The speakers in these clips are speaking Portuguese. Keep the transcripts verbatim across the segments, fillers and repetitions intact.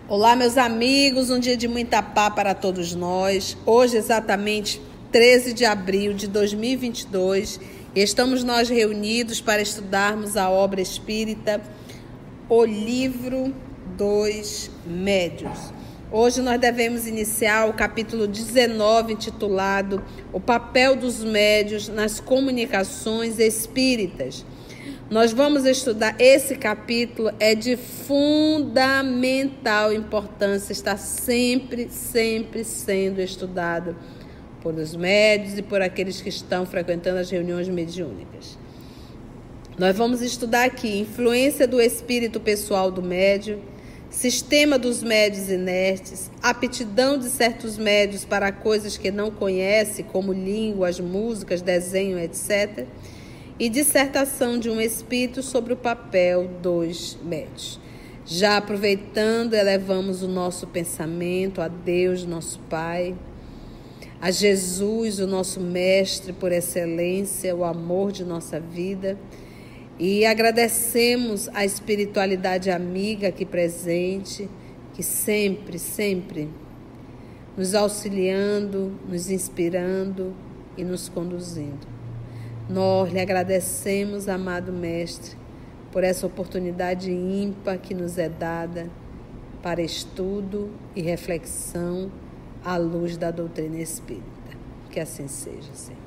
Olá, meus amigos, um dia de muita paz para todos nós. Hoje, exatamente treze de abril de dois mil e vinte e dois, estamos nós reunidos para estudarmos a obra espírita O Livro dos Médiuns. Hoje nós devemos iniciar o capítulo dezenove, intitulado O Papel dos Médiuns nas Comunicações Espíritas. Nós vamos estudar esse capítulo, é de fundamental importância, está sempre, sempre sendo estudado por os médiuns e por aqueles que estão frequentando as reuniões mediúnicas. Nós vamos estudar aqui influência do espírito pessoal do médium, sistema dos médiuns inertes, aptidão de certos médiuns para coisas que não conhece, como línguas, músicas, desenho, etcétera, e dissertação de um espírito sobre o papel dos médiuns. Já aproveitando, elevamos o nosso pensamento a Deus, nosso Pai, a Jesus, o nosso Mestre por excelência, o amor de nossa vida, e agradecemos a espiritualidade amiga aqui presente, que sempre, sempre nos auxiliando, nos inspirando e nos conduzindo. Nós lhe agradecemos, amado Mestre, por essa oportunidade ímpar que nos é dada para estudo e reflexão à luz da doutrina espírita. Que assim seja, Senhor.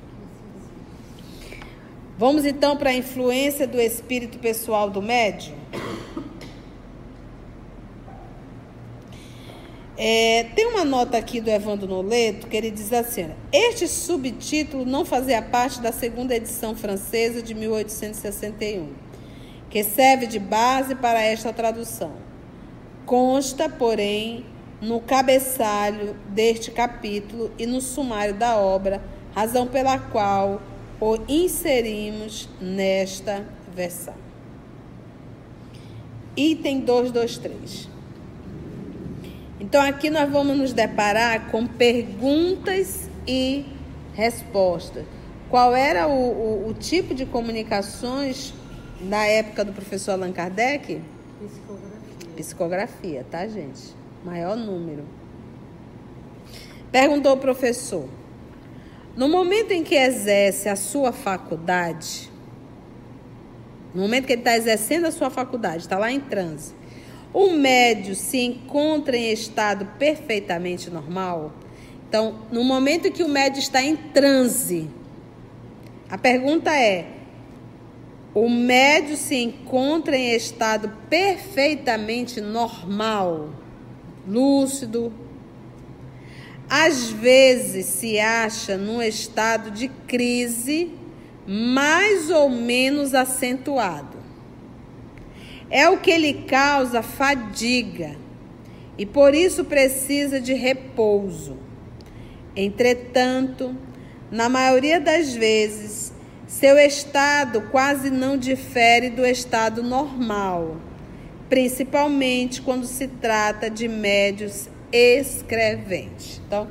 Vamos então para a influência do espírito pessoal do médium. É, tem uma nota aqui do Evandro Noleto que ele diz assim: este subtítulo não fazia parte da segunda edição francesa de mil oitocentos e sessenta e um, que serve de base para esta tradução. Consta, porém, no cabeçalho deste capítulo e no sumário da obra, razão pela qual o inserimos nesta versão. Item duzentos e vinte e três. Então, aqui nós vamos nos deparar com perguntas e respostas. Qual era o, o, o tipo de comunicações na época do professor Allan Kardec? Psicografia. Psicografia, tá, gente? Maior número. Perguntou o professor: no momento em que exerce a sua faculdade, no momento que ele está exercendo a sua faculdade, está lá em transe, o médium se encontra em estado perfeitamente normal? Então, no momento em que o médium está em transe, a pergunta é: o médium se encontra em estado perfeitamente normal, lúcido? Às vezes se acha num estado de crise mais ou menos acentuado. É o que lhe causa fadiga e por isso precisa de repouso. Entretanto, na maioria das vezes, seu estado quase não difere do estado normal, principalmente quando se trata de médiuns escreventes. Então,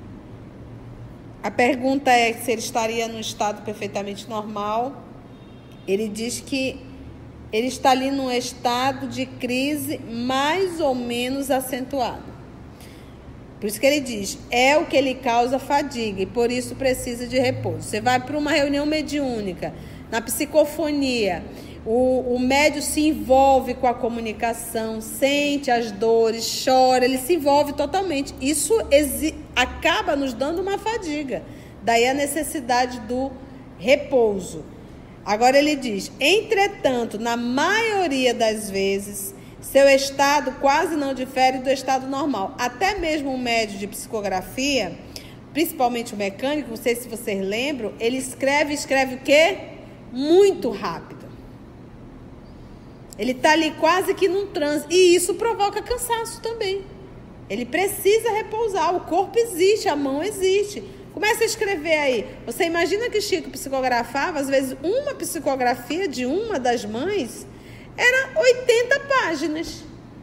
a pergunta é se ele estaria num estado perfeitamente normal. Ele diz que ele está ali num estado de crise mais ou menos acentuado. Por isso que ele diz, é o que lhe causa fadiga e por isso precisa de repouso. Você vai para uma reunião mediúnica, na psicofonia, o, o médium se envolve com a comunicação, sente as dores, chora, ele se envolve totalmente. Isso exi- acaba nos dando uma fadiga. Daí a necessidade do repouso. Agora ele diz, entretanto, na maioria das vezes, seu estado quase não difere do estado normal. Até mesmo um médium de psicografia, principalmente o mecânico, não sei se vocês lembram, ele escreve, escreve o quê? Muito rápido. Ele está ali quase que num transe. E isso provoca cansaço também. Ele precisa repousar. O corpo existe, a mão existe. Começa a escrever aí. Você imagina que Chico psicografava, às vezes, uma psicografia de uma das mães era oitenta páginas.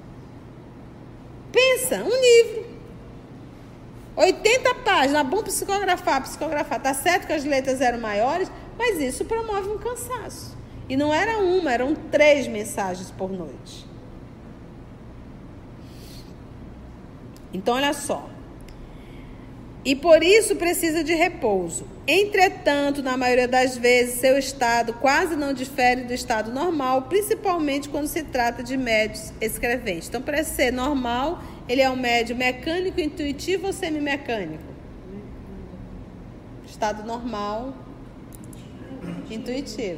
Pensa, um livro. oitenta páginas. Bom psicografar, psicografar. Tá certo que as letras eram maiores, mas isso promove um cansaço. E não era uma, eram três mensagens por noite. Então, olha só. E por isso precisa de repouso. Entretanto, na maioria das vezes, seu estado quase não difere do estado normal, principalmente quando se trata de médios escreventes. Então, para ser normal, ele é um médio mecânico, intuitivo ou semimecânico? Estado normal, intuitivo.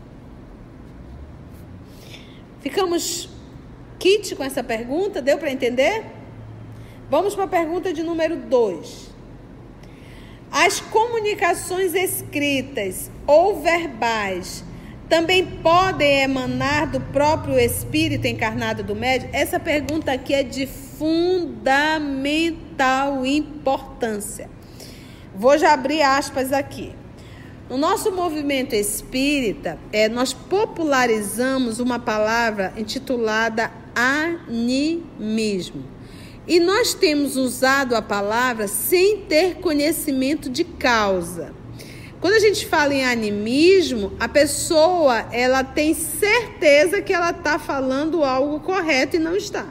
Ficamos kit com essa pergunta? Deu para entender? Vamos para a pergunta de número dois. As comunicações escritas ou verbais também podem emanar do próprio espírito encarnado do médium? Essa pergunta aqui é de fundamental importância. Vou já abrir aspas aqui. No nosso movimento espírita, é, nós popularizamos uma palavra intitulada animismo. E nós temos usado a palavra sem ter conhecimento de causa. Quando a gente fala em animismo, a pessoa ela tem certeza que ela está falando algo correto e não está.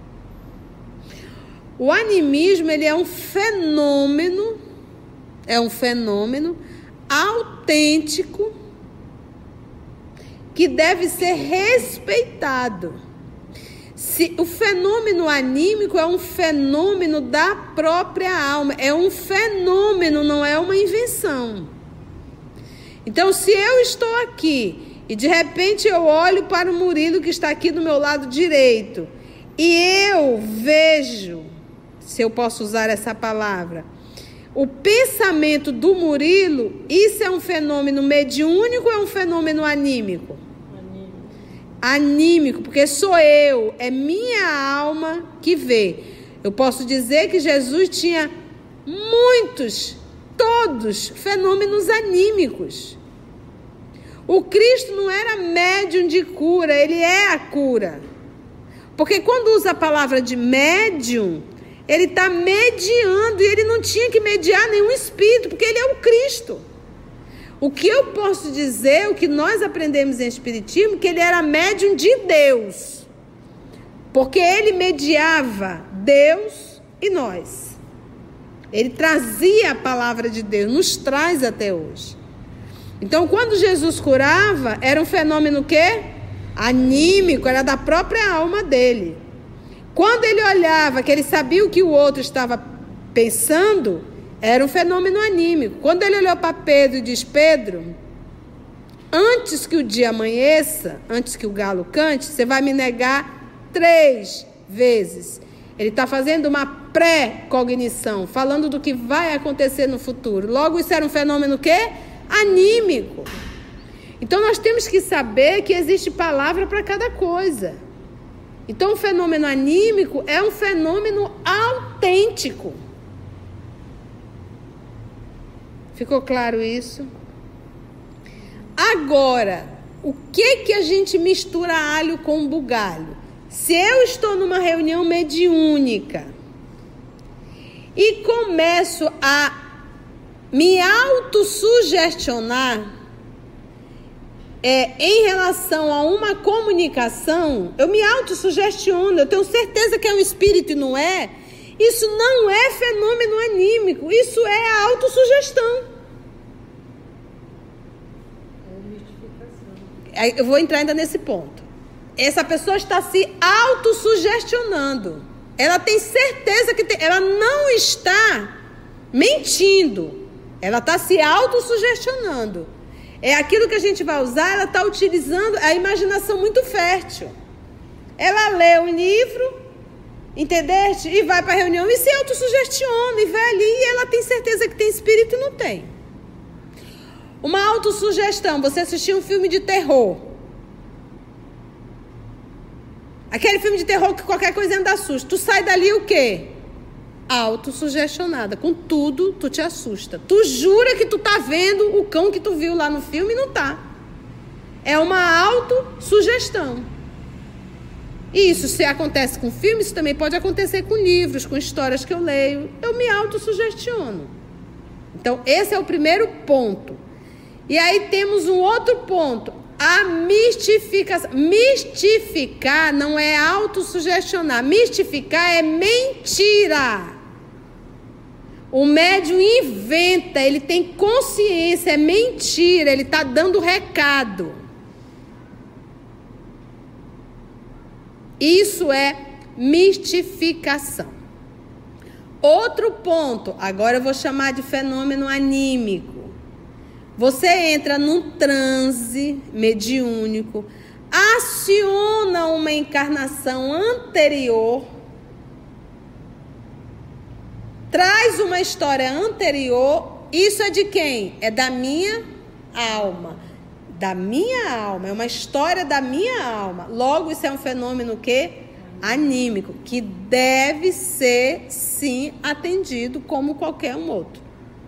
O animismo ele é um fenômeno, é um fenômeno autêntico que deve ser respeitado. Se, o fenômeno anímico é um fenômeno da própria alma, é um fenômeno, não é uma invenção. Então, se eu estou aqui e de repente eu olho para o Murilo que está aqui do meu lado direito e eu vejo, se eu posso usar essa palavra, o pensamento do Murilo, isso é um fenômeno mediúnico ou é um fenômeno anímico? Anímico, porque sou eu, é minha alma que vê. Eu posso dizer que Jesus tinha muitos, todos, fenômenos anímicos. O Cristo não era médium de cura, ele é a cura. Porque quando usa a palavra de médium, ele está mediando, e ele não tinha que mediar nenhum espírito, porque ele é o Cristo. O que eu posso dizer, o que nós aprendemos em Espiritismo, que ele era médium de Deus. Porque ele mediava Deus e nós. Ele trazia a palavra de Deus, nos traz até hoje. Então, quando Jesus curava, era um fenômeno o quê? Anímico, era da própria alma dele. Quando ele olhava, que ele sabia o que o outro estava pensando, era um fenômeno anímico. Quando ele olhou para Pedro e disse: Pedro, antes que o dia amanheça, antes que o galo cante, você vai me negar três vezes. Ele está fazendo uma pré-cognição, falando do que vai acontecer no futuro. Logo, isso era um fenômeno o quê? Anímico. Então, nós temos que saber que existe palavra para cada coisa. Então, o fenômeno anímico é um fenômeno autêntico. Ficou claro isso? Agora, o que que a gente mistura alho com bugalho? Se eu estou numa reunião mediúnica e começo a me autossugestionar é, em relação a uma comunicação, eu me autossugestiono, eu tenho certeza que é um espírito e não é. Isso não é fenômeno anímico, isso é a autossugestão. Eu vou entrar ainda nesse ponto. Essa pessoa está se autossugestionando. Ela tem certeza que tem, ela não está mentindo. Ela está se autossugestionando. É aquilo que a gente vai usar, ela está utilizando a imaginação muito fértil. Ela lê um livro, entendeste? E vai para a reunião e se autossugestiona, e vai ali e ela tem certeza que tem espírito e não tem. Uma autossugestão, você assistiu um filme de terror. Aquele filme de terror que qualquer coisa dá susto. Tu sai dali o quê? Autossugestionada. Com tudo, tu te assusta. Tu jura que tu tá vendo o cão que tu viu lá no filme e não tá. É uma autossugestão. E isso, se acontece com filme, isso também pode acontecer com livros, com histórias que eu leio. Eu me autossugestiono. Então, esse é o primeiro ponto. E aí temos um outro ponto. A mistificação. Mistificar não é autossugestionar. Mistificar é mentira. O médium inventa, ele tem consciência, é mentira, ele está dando recado. Isso é mistificação. Outro ponto, agora eu vou chamar de fenômeno anímico. Você entra num transe mediúnico, aciona uma encarnação anterior, traz uma história anterior. Isso é de quem? É da minha alma. Da minha alma. É uma história da minha alma. Logo, isso é um fenômeno o quê? Anímico. Que deve ser, sim, atendido como qualquer um outro.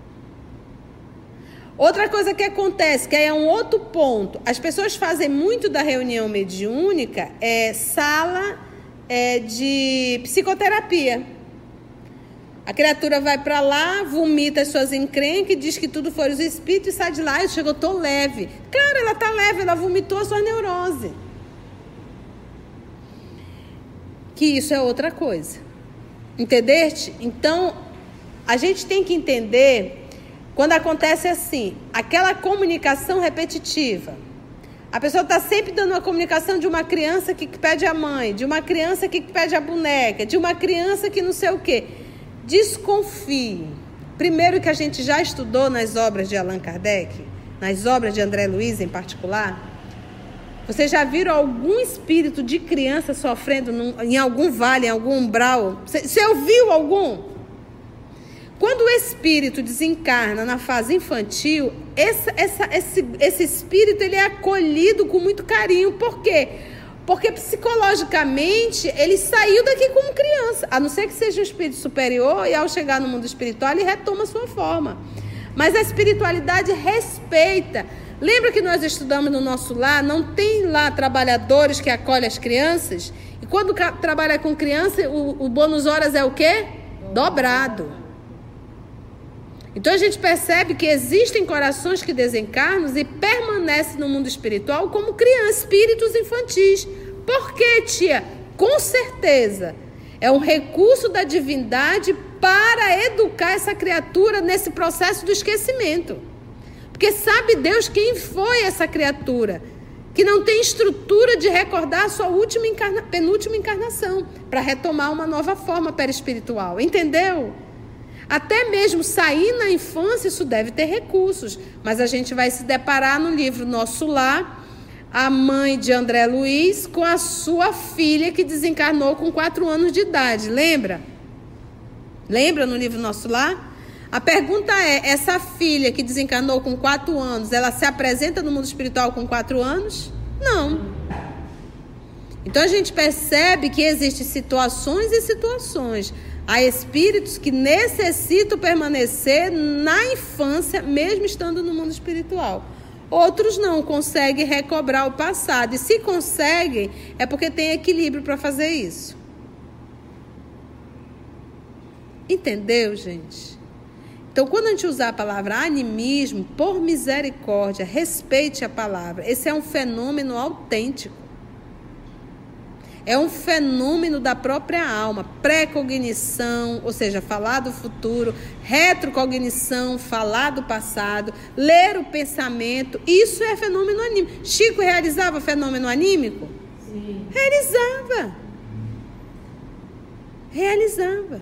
Outra coisa que acontece, que aí é um outro ponto. As pessoas fazem muito da reunião mediúnica é sala é, de psicoterapia. A criatura vai para lá, vomita as suas encrencas e diz que tudo foi os espíritos e sai de lá e chegou, tô leve. Cara, ela tá leve, ela vomitou a sua neurose. Que isso é outra coisa. Entendeste? Então, a gente tem que entender quando acontece assim, aquela comunicação repetitiva. A pessoa está sempre dando uma comunicação de uma criança que pede a mãe, de uma criança que pede a boneca, de uma criança que não sei o quê. Desconfie. Primeiro que a gente já estudou nas obras de Allan Kardec, nas obras de André Luiz em particular, vocês já viram algum espírito de criança sofrendo num, em algum vale, em algum umbral? Você, você ouviu algum? Quando o espírito desencarna na fase infantil, essa, essa, esse, esse espírito ele é acolhido com muito carinho. Por quê? Porque psicologicamente ele saiu daqui como criança. A não ser que seja um espírito superior e ao chegar no mundo espiritual ele retoma a sua forma. Mas a espiritualidade respeita. Lembra que nós estudamos no nosso lar? Não tem lá trabalhadores que acolhem as crianças? E quando trabalha com criança, o, o bônus horas é o quê? Dobrado. Então a gente percebe que existem corações que desencarnam e permanecem no mundo espiritual como crianças, espíritos infantis. Por quê, tia? Com certeza. É um recurso da divindade para educar essa criatura nesse processo do esquecimento. Porque sabe Deus quem foi essa criatura, que não tem estrutura de recordar a sua última encarna... penúltima encarnação, para retomar uma nova forma perispiritual. Entendeu? Até mesmo sair na infância, isso deve ter recursos. Mas a gente vai se deparar no livro Nosso Lar, a mãe de André Luiz com a sua filha que desencarnou com quatro anos de idade. Lembra? Lembra no livro Nosso Lar? A pergunta é, essa filha que desencarnou com quatro anos, ela se apresenta no mundo espiritual com quatro anos? Não. Então a gente percebe que existem situações e situações. Há espíritos que necessitam permanecer na infância, mesmo estando no mundo espiritual. Outros não conseguem recobrar o passado. E se conseguem, é porque tem equilíbrio para fazer isso. Entendeu, gente? Então, quando a gente usar a palavra animismo, por misericórdia, respeite a palavra. Esse é um fenômeno autêntico. É um fenômeno da própria alma. Precognição, ou seja, falar do futuro. Retrocognição, falar do passado. Ler o pensamento. Isso é fenômeno anímico. Chico realizava fenômeno anímico? Sim. Realizava. Realizava.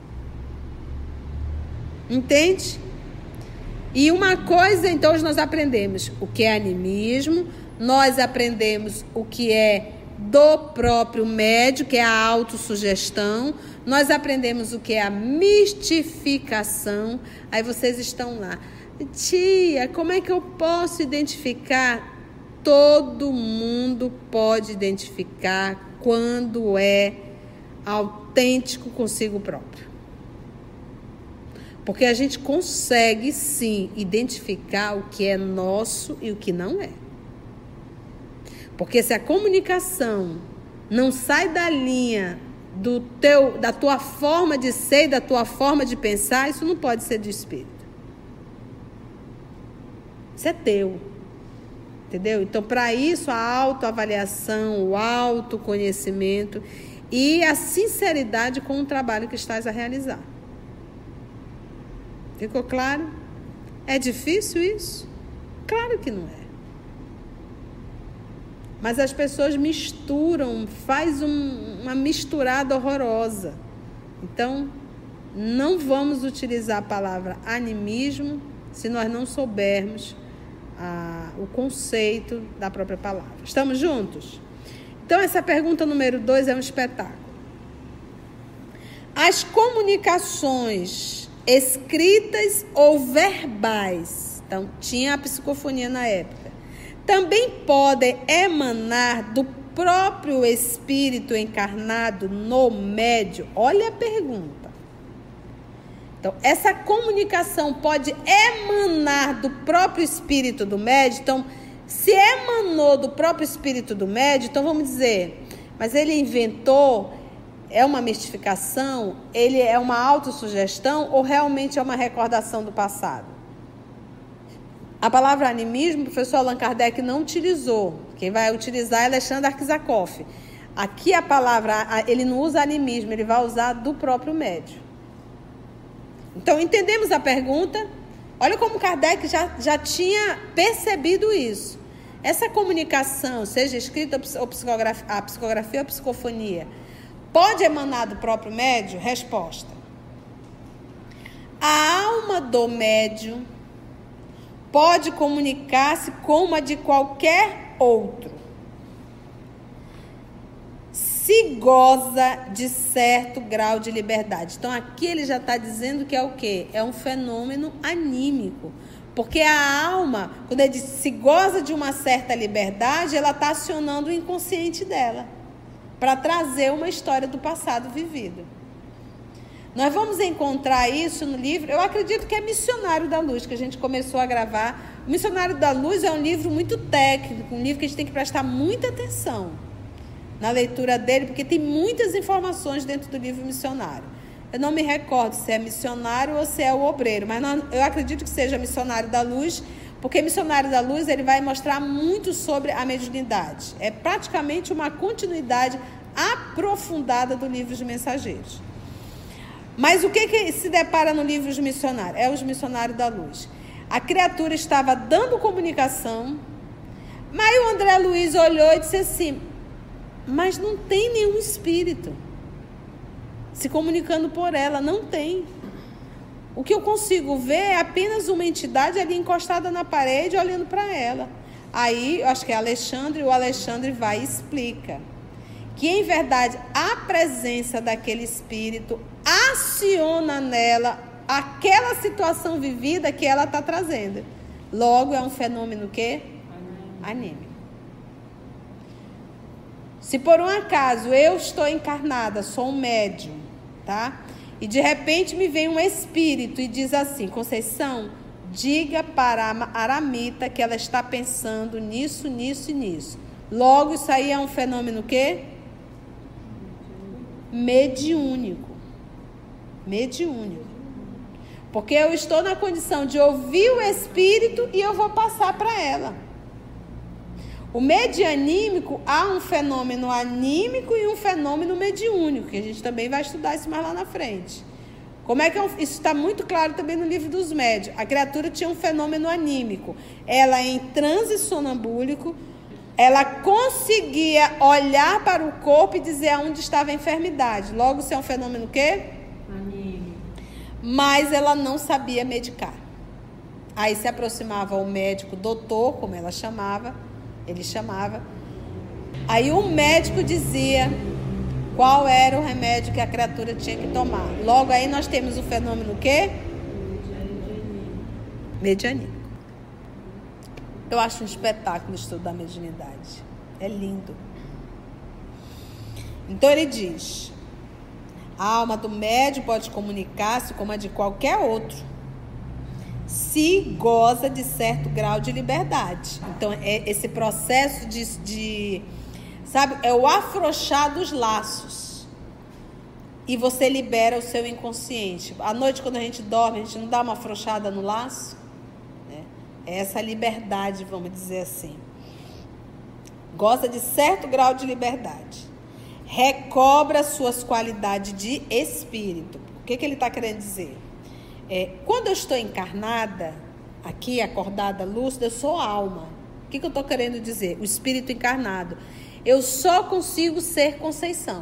Entende? E uma coisa, então, hoje nós aprendemos o que é animismo. Nós aprendemos o que é do próprio médium, que é a autossugestão. Nós aprendemos o que é a mistificação. Aí vocês estão lá, tia, como é que eu posso identificar? Todo mundo pode identificar quando é autêntico consigo próprio. Porque a gente consegue sim identificar o que é nosso e o que não é. Porque se a comunicação não sai da linha do teu, da tua forma de ser, da tua forma de pensar, isso não pode ser de espírito. Isso é teu. Entendeu? Então, para isso, a autoavaliação, o autoconhecimento e a sinceridade com o trabalho que estás a realizar. Ficou claro? É difícil isso? Claro que não é. Mas as pessoas misturam, faz um, uma misturada horrorosa. Então, não vamos utilizar a palavra animismo se nós não soubermos a, o conceito da própria palavra. Estamos juntos? Então, essa pergunta número dois é um espetáculo. As comunicações escritas ou verbais, então tinha a psicofonia na época, também podem emanar do próprio espírito encarnado no médium? Olha a pergunta. Então, essa comunicação pode emanar do próprio espírito do médium? Então, se emanou do próprio espírito do médium, então vamos dizer, mas ele inventou, é uma mistificação, ele é uma autossugestão ou realmente é uma recordação do passado? A palavra animismo, o professor Allan Kardec não utilizou. Quem vai utilizar é Alexandre Arquizakoff. Aqui a palavra, ele não usa animismo, ele vai usar do próprio médium. Então, entendemos a pergunta? Olha como Kardec já, já tinha percebido isso. Essa comunicação, seja escrita ou psicografia, a psicografia ou a psicofonia, pode emanar do próprio médium? Resposta. A alma do médium pode comunicar-se como a de qualquer outro, se goza de certo grau de liberdade. Então, aqui ele já está dizendo que é o quê? É um fenômeno anímico. Porque a alma, quando ele diz se goza de uma certa liberdade, ela está acionando o inconsciente dela para trazer uma história do passado vivido. Nós vamos encontrar isso no livro, eu acredito que é Missionário da Luz, que a gente começou a gravar. O Missionário da Luz é um livro muito técnico, um livro que a gente tem que prestar muita atenção na leitura dele, porque tem muitas informações dentro do livro Missionário. Eu não me recordo se é Missionário ou se é o Obreiro, mas não, eu acredito que seja Missionário da Luz, porque Missionário da Luz ele vai mostrar muito sobre a mediunidade. É praticamente uma continuidade aprofundada do livro dos Mensageiros. Mas o que, que se depara no livro dos Missionários? É os Missionários da Luz. A criatura estava dando comunicação, mas o André Luiz olhou e disse assim, mas não tem nenhum espírito se comunicando por ela, não tem. O que eu consigo ver é apenas uma entidade ali encostada na parede, olhando para ela. Aí, eu acho que é Alexandre, o Alexandre vai e explica que, em verdade, a presença daquele espírito aciona nela aquela situação vivida que ela está trazendo. Logo, é um fenômeno que? Anímico. Se por um acaso eu estou encarnada, sou um médium, tá? E de repente me vem um espírito e diz assim, Conceição, diga para a Aramita que ela está pensando nisso, nisso e nisso. Logo, isso aí é um fenômeno que? Mediúnico. Mediúnico. Porque eu estou na condição de ouvir o espírito e eu vou passar para ela. O medianímico, há um fenômeno anímico e um fenômeno mediúnico, que a gente também vai estudar isso mais lá na frente. Como é que é um, isso está muito claro também no livro dos médiuns. A criatura tinha um fenômeno anímico. Ela em transe sonambúlico, ela conseguia olhar para o corpo e dizer aonde estava a enfermidade. Logo, isso é um fenômeno o quê? Anímico. Mas ela não sabia medicar. Aí se aproximava o médico, doutor, como ela chamava, ele chamava. Aí o médico dizia qual era o remédio que a criatura tinha que tomar. Logo aí nós temos o fenômeno o quê? Medianímico. Eu acho um espetáculo estudar a mediunidade. É lindo. Então ele diz, a alma do médium pode comunicar-se como a de qualquer outro, se goza de certo grau de liberdade. Então, é esse processo de, de, sabe, é o afrouxar dos laços. E você libera o seu inconsciente. À noite, quando a gente dorme, a gente não dá uma afrouxada no laço? É, é essa liberdade, vamos dizer assim. goza de certo grau de liberdade, recobra suas qualidades de espírito. O que, que ele está querendo dizer? É, quando eu estou encarnada, aqui, acordada, lúcida, eu sou alma. O que, que eu estou querendo dizer? O espírito encarnado. Eu só consigo ser Conceição.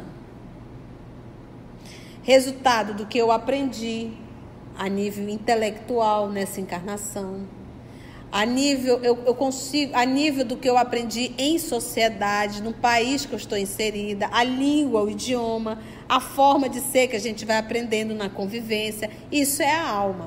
Resultado do que eu aprendi a nível intelectual nessa encarnação. A nível, eu, eu consigo, a nível do que eu aprendi em sociedade, no país que eu estou inserida, a língua, o idioma, a forma de ser que a gente vai aprendendo na convivência. Isso é a alma.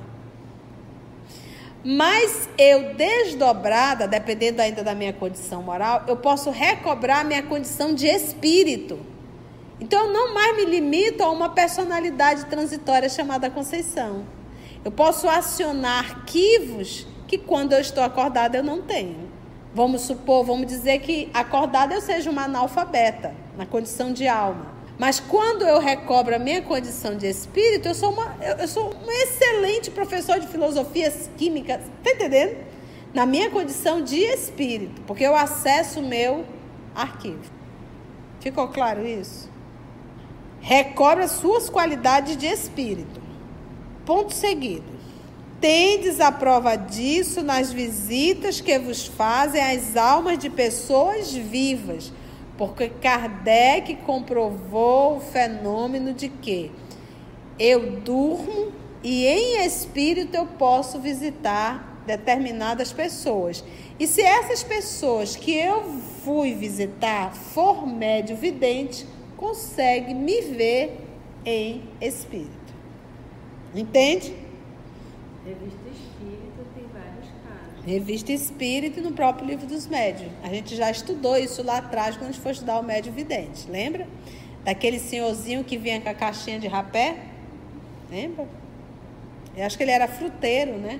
Mas eu, desdobrada, dependendo ainda da minha condição moral, eu posso recobrar minha condição de espírito. Então, eu não mais me limito a uma personalidade transitória chamada Conceição. Eu posso acionar arquivos que, quando eu estou acordada, eu não tenho. Vamos supor, vamos dizer que acordada eu seja uma analfabeta, na condição de alma. Mas quando eu recobro a minha condição de espírito, eu sou, uma, eu, eu sou um excelente professor de filosofia química, está entendendo? Na minha condição de espírito, porque eu acesso o meu arquivo. Ficou claro isso? Recobra suas qualidades de espírito. Ponto seguido. Tendes a prova disso nas visitas que vos fazem as almas de pessoas vivas, porque Kardec comprovou o fenômeno de que eu durmo e em espírito eu posso visitar determinadas pessoas. E se essas pessoas que eu fui visitar for médio vidente, consegue me ver em espírito. Entende? Revista Espírita tem vários casos. Revista Espírita no próprio Livro dos Médiuns. A gente já estudou isso lá atrás quando a gente foi estudar o médio vidente. Lembra? Daquele senhorzinho que vinha com a caixinha de rapé? Lembra? Eu acho que ele era fruteiro, né?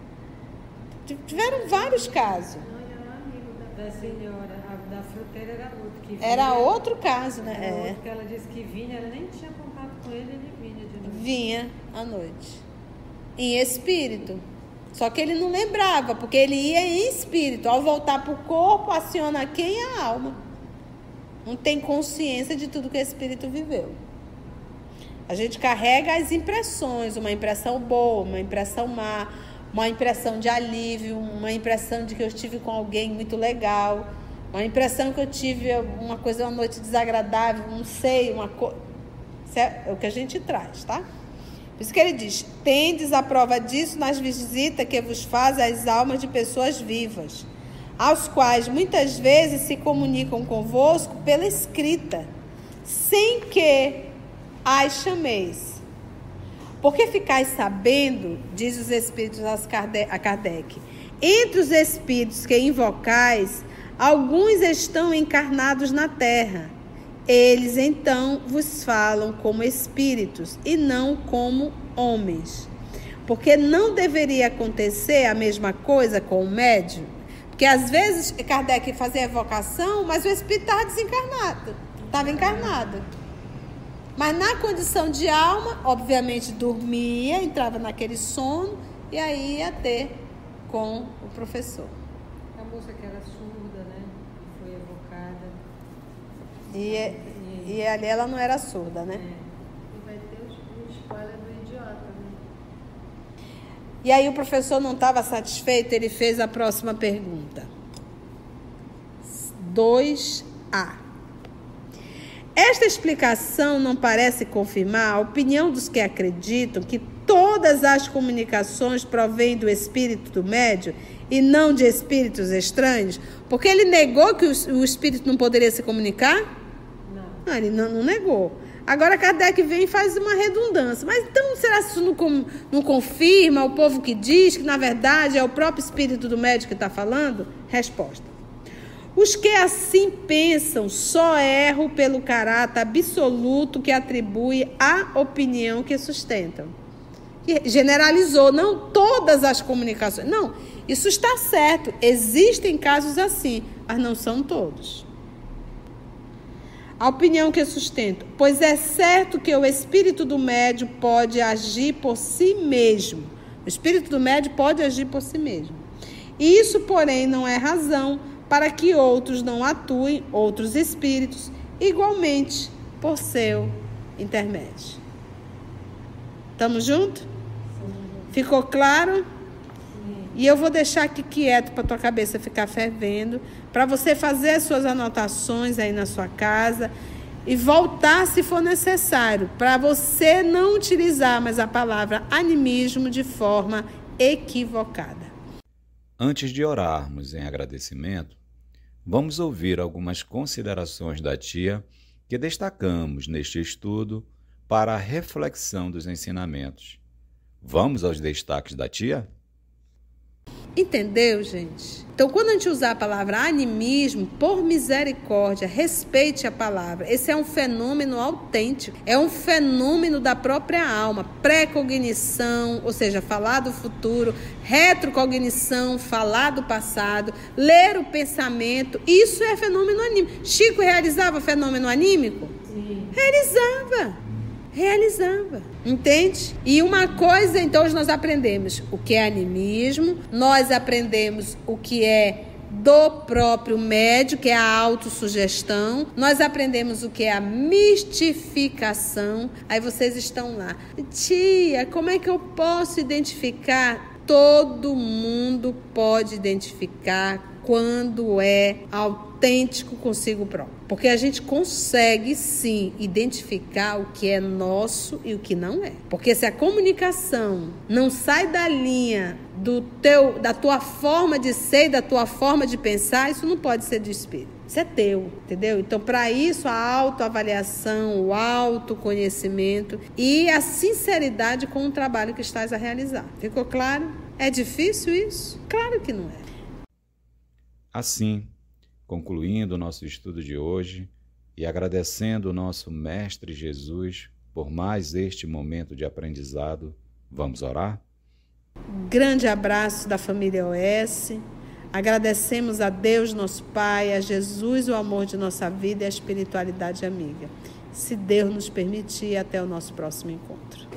Tiveram vários casos. Não, ele era um amigo da, da senhora. A da fruteira era outro que vinha. Era outro caso, né? Era É. outro que ela disse que vinha, ela nem tinha contato com ele, ele vinha de novo. Vinha à noite. Em espírito. Só que ele não lembrava, porque ele ia em espírito. Ao voltar para o corpo, aciona quem? A alma. Não tem consciência de tudo que o espírito viveu. A gente carrega as impressões, uma impressão boa, uma impressão má, uma impressão de alívio, uma impressão de que eu estive com alguém muito legal, uma impressão que eu tive uma coisa, uma noite desagradável, não sei, uma coisa. Isso é o que a gente traz, tá? Por isso que ele diz, tendes a prova disso nas visitas que vos faz as almas de pessoas vivas, aos quais muitas vezes se comunicam convosco pela escrita, sem que as chameis. Porque ficais sabendo, diz os espíritos a Kardec, entre os espíritos que invocais, alguns estão encarnados na terra. Eles, então, vos falam como espíritos e não como homens. Porque não deveria acontecer a mesma coisa com o médium. Porque, às vezes, Kardec fazia evocação, mas o espírito estava desencarnado, estava encarnado. Mas, na condição de alma, obviamente, dormia, entrava naquele sono, e aí ia ter com o professor. A moça que era surda, né? Foi evocada. E, e ali ela não era surda, né? É. E vai ter o spoiler do idiota, né? E aí o professor não estava satisfeito, ele fez a próxima pergunta. dois A. Esta explicação não parece confirmar a opinião dos que acreditam que todas as comunicações provêm do espírito do médium e não de espíritos estranhos? Porque ele negou que o espírito não poderia se comunicar? Não. Não, ele não, não negou. Agora Kardec vem e faz uma redundância. Mas então, será que isso não, não confirma o povo que diz que, na verdade, é o próprio espírito do médium que está falando? Resposta. Os que assim pensam só erram pelo caráter absoluto que atribui à opinião que sustentam. E generalizou, não todas as comunicações. Não, isso está certo. Existem casos assim, mas não são todos. A opinião que sustento, pois é certo que o espírito do médium pode agir por si mesmo. O espírito do médium pode agir por si mesmo. Isso, porém, não é razão para que outros não atuem, outros espíritos, igualmente por seu intermédio. Estamos juntos? Ficou claro? E eu vou deixar aqui quieto para tua cabeça ficar fervendo, para você fazer as suas anotações aí na sua casa e voltar se for necessário, para você não utilizar mais a palavra animismo de forma equivocada. Antes de orarmos em agradecimento, vamos ouvir algumas considerações da tia que destacamos neste estudo para a reflexão dos ensinamentos. Vamos aos destaques da tia? Entendeu, gente? Então, quando a gente usar a palavra animismo, por misericórdia, respeite a palavra. Esse é um fenômeno autêntico. É um fenômeno da própria alma. Pré-cognição, ou seja, falar do futuro. Retrocognição, falar do passado. Ler o pensamento. Isso é fenômeno anímico. Chico realizava fenômeno anímico? Sim. Realizava. Realizava, entende? E uma coisa, então, hoje nós aprendemos o que é animismo, nós aprendemos o que é do próprio médium, que é a autossugestão, nós aprendemos o que é a mistificação. Aí vocês estão lá, tia, como é que eu posso identificar? Todo mundo pode identificar quando é autêntico consigo próprio. Porque a gente consegue, sim, identificar o que é nosso e o que não é. Porque se a comunicação não sai da linha do teu, da tua forma de ser e da tua forma de pensar, isso não pode ser do espírito. Isso é teu, entendeu? Então, para isso, a autoavaliação, o autoconhecimento e a sinceridade com o trabalho que estás a realizar. Ficou claro? É difícil isso? Claro que não é. Assim, concluindo o nosso estudo de hoje e agradecendo o nosso Mestre Jesus por mais este momento de aprendizado, vamos orar? Grande abraço da família O S. Agradecemos a Deus, nosso Pai, a Jesus, o amor de nossa vida e a espiritualidade amiga. Se Deus nos permitir, até o nosso próximo encontro.